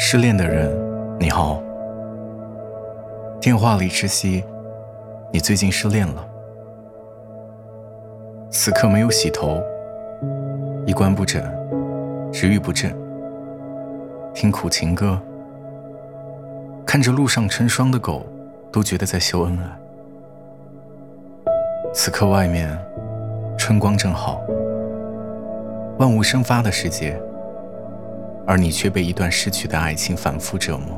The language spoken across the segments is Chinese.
失恋的人，你好。电话里知悉你最近失恋了，此刻没有洗头，衣冠不整，食欲不振，听苦情歌，看着路上成双的狗，都觉得在秀恩爱。此刻外面春光正好，万物生发的世界，而你却被一段失去的爱情反复折磨。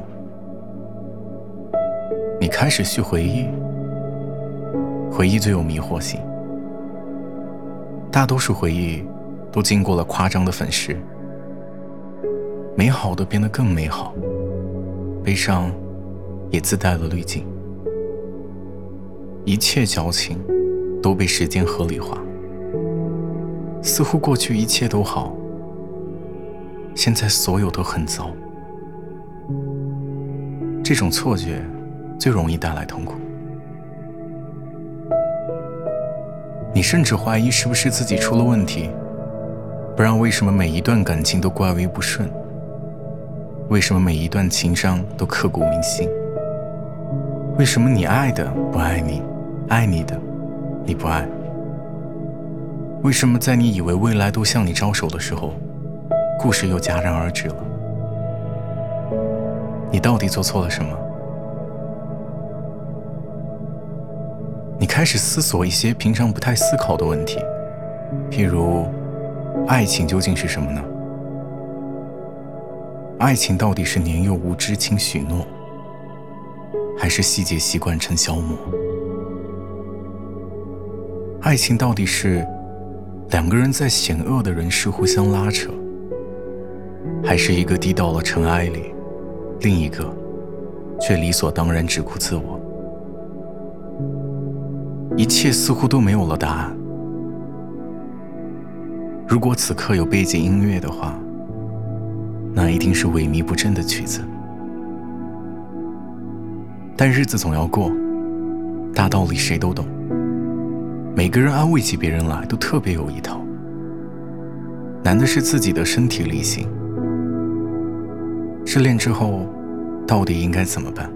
你开始去回忆，回忆最有迷惑性，大多数回忆都经过了夸张的粉饰，美好的变得更美好，悲伤也自带了滤镜，一切矫情都被时间合理化，似乎过去一切都好，现在所有都很糟。这种错觉最容易带来痛苦，你甚至怀疑是不是自己出了问题，不然为什么每一段感情都怪为不顺？为什么每一段情伤都刻骨铭心？为什么你爱的不爱你，爱你的你不爱？为什么在你以为未来都向你招手的时候，故事又戛然而止了？你到底做错了什么？你开始思索一些平常不太思考的问题，譬如爱情究竟是什么呢？爱情到底是年幼无知轻许诺，还是细节习惯成消磨？爱情到底是两个人在险恶的人世互相拉扯，还是一个低到了尘埃里，另一个却理所当然只顾自我？一切似乎都没有了答案。如果此刻有背景音乐的话，那一定是萎靡不振的曲子。但日子总要过，大道理谁都懂，每个人安慰起别人来都特别有一套，难的是自己的身体力行。失恋之后到底应该怎么办？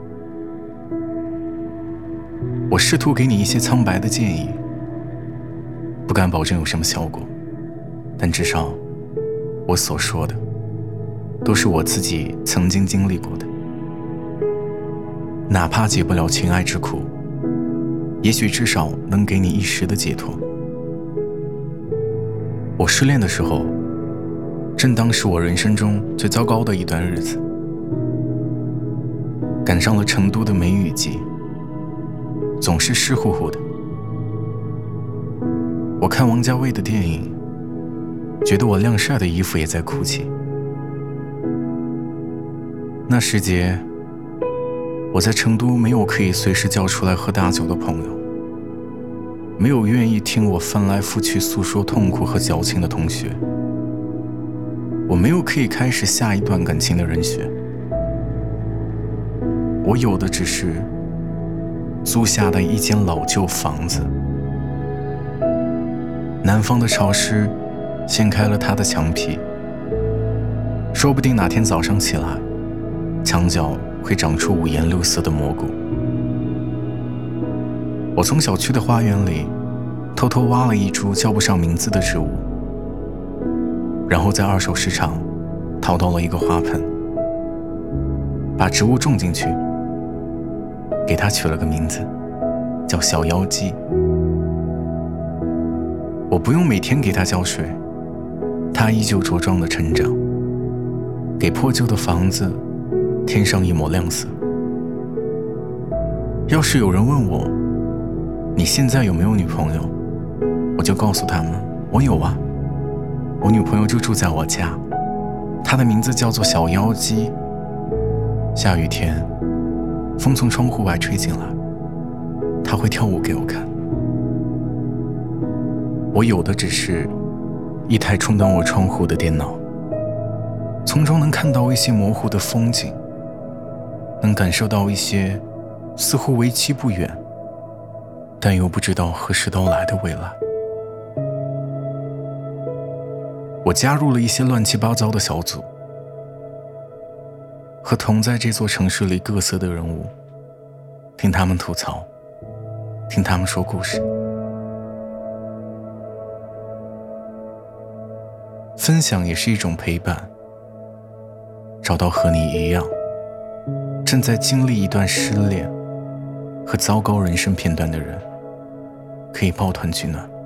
我试图给你一些苍白的建议，不敢保证有什么效果，但至少我所说的都是我自己曾经经历过的，哪怕解不了情爱之苦，也许至少能给你一时的解脱。我失恋的时候，正当是我人生中最糟糕的一段日子，赶上了成都的梅雨季，总是湿乎乎的。我看王家卫的电影，觉得我晾晒的衣服也在哭泣。那时节，我在成都没有可以随时叫出来喝大酒的朋友，没有愿意听我翻来覆去诉说痛苦和矫情的同学，我没有可以开始下一段感情的人选，我有的只是租下的一间老旧房子，南方的潮湿掀开了它的墙皮，说不定哪天早上起来，墙角会长出五颜六色的蘑菇。我从小区的花园里偷偷挖了一株叫不上名字的植物，然后在二手市场淘到了一个花盆，把植物种进去，给它取了个名字，叫小妖姬。我不用每天给它浇水，它依旧茁壮地成长，给破旧的房子添上一抹亮色。要是有人问我，你现在有没有女朋友？我就告诉他们，我有啊，我女朋友就住在我家，她的名字叫做小妖姬。下雨天，风从窗户外吹进来，她会跳舞给我看。我有的只是一台充当我窗户的电脑，从中能看到一些模糊的风景，能感受到一些似乎为期不远，但又不知道何时到来的未来。我加入了一些乱七八糟的小组， 和同在这座城市里各色的人物，听他们吐槽，听他们说故事。分享也是一种陪伴，找到和你一样正在经历一段失恋和糟糕人生片段的人，可以抱团取暖。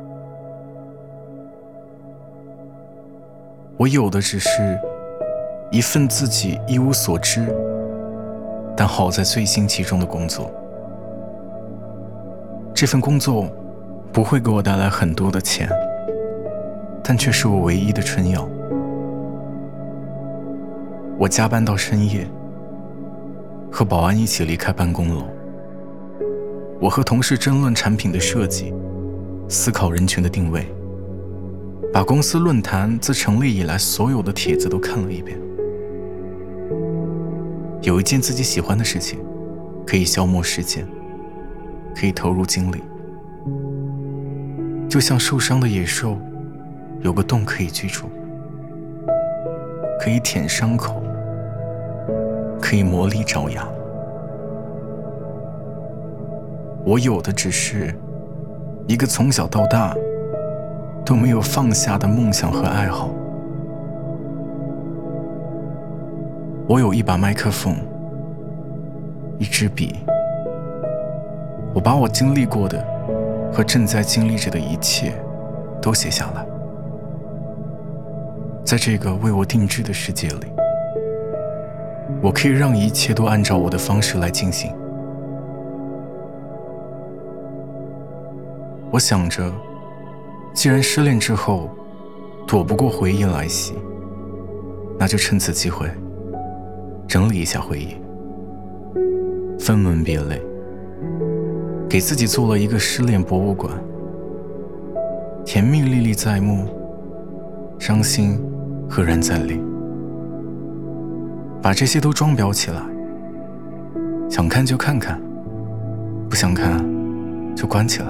我有的只是一份自己一无所知，但好在醉心其中的工作。这份工作不会给我带来很多的钱，但却是我唯一的春药。我加班到深夜，和保安一起离开办公楼。我和同事争论产品的设计，思考人群的定位，把公司论坛自成立以来所有的帖子都看了一遍。有一件自己喜欢的事情，可以消磨时间，可以投入精力，就像受伤的野兽有个洞可以居住，可以舔伤口，可以磨砺爪牙。我有的只是一个从小到大都没有放下的梦想和爱好。我有一把麦克风，一支笔，我把我经历过的和正在经历着的一切都写下来。在这个为我定制的世界里，我可以让一切都按照我的方式来进行。我想着，既然失恋之后躲不过回忆来袭，那就趁此机会整理一下回忆，分门别类，给自己做了一个失恋博物馆，甜蜜历历在目，伤心赫然在脸，把这些都装裱起来，想看就看看，不想看就关起来，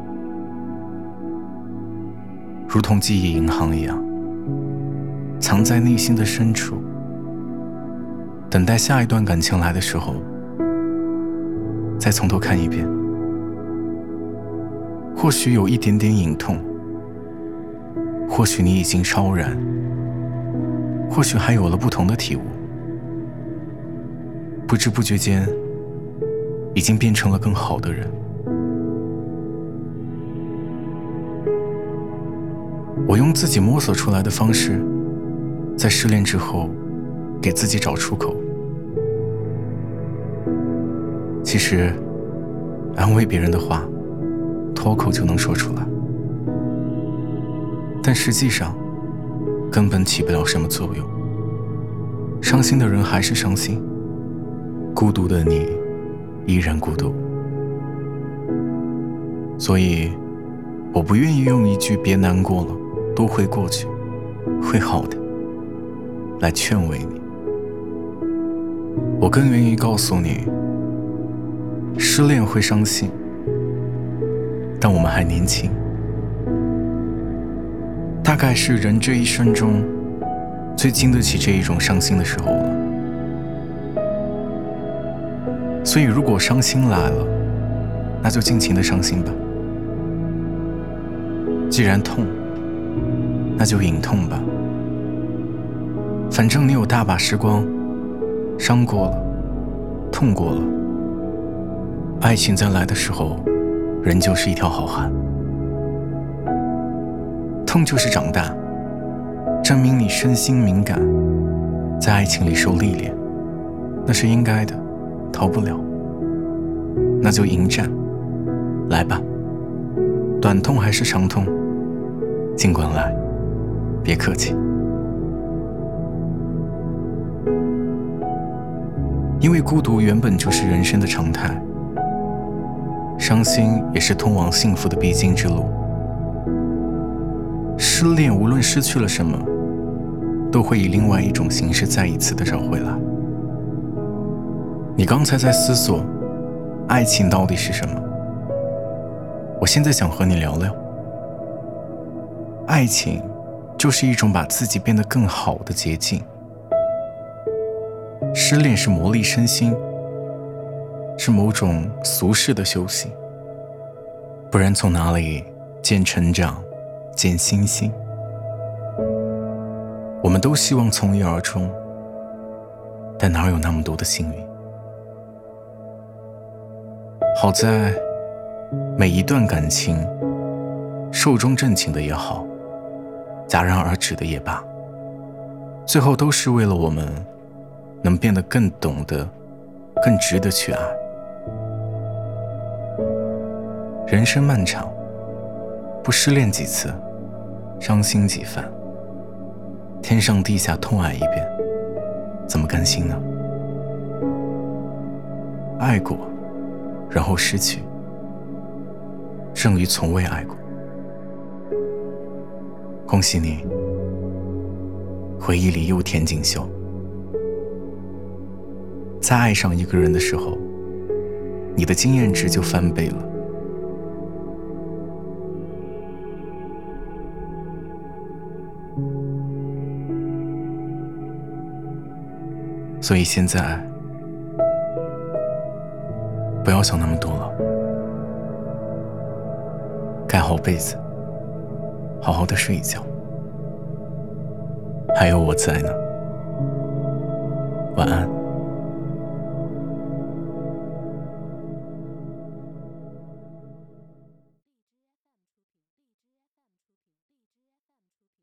如同记忆银行一样，藏在内心的深处，等待下一段感情来的时候，再从头看一遍。或许有一点点隐痛，或许你已经超然，或许还有了不同的体悟，不知不觉间已经变成了更好的人。我用自己摸索出来的方式，在失恋之后给自己找出口。其实安慰别人的话脱口就能说出来，但实际上根本起不了什么作用。伤心的人还是伤心，孤独的你依然孤独。所以我不愿意用一句别难过了，都会过去，会好的来劝慰你。我更愿意告诉你，失恋会伤心，但我们还年轻，大概是人这一生中最经得起这一种伤心的时候了。所以如果伤心来了，那就尽情的伤心吧。既然痛，那就隐痛吧。反正你有大把时光，伤过了，痛过了，爱情再来的时候，人就是一条好汉。痛就是长大，证明你身心敏感，在爱情里受历练，那是应该的，逃不了。那就迎战，来吧，短痛还是长痛，尽管来，别客气。因为孤独原本就是人生的常态，伤心也是通往幸福的必经之路。失恋无论失去了什么，都会以另外一种形式再一次的找回来。你刚才在思索爱情到底是什么，我现在想和你聊聊。爱情就是一种把自己变得更好的捷径。 失恋是磨砺身心，是某种俗世的修行，不然从哪里见成长，见星星？我们都希望从一而终，但哪有那么多的幸运？好在每一段感情，寿终正寝的也好，戛然而止的也罢，最后都是为了我们能变得更懂得，更值得去爱。人生漫长，不失恋几次，伤心几番，天上地下痛爱一遍，怎么甘心呢？爱过，然后失去，胜于从未爱过。恭喜你，回忆里又添锦绣。在爱上一个人的时候，你的经验值就翻倍了。所以现在不要想那么多了，盖好被子，好好的睡一觉，还有我在呢。晚安。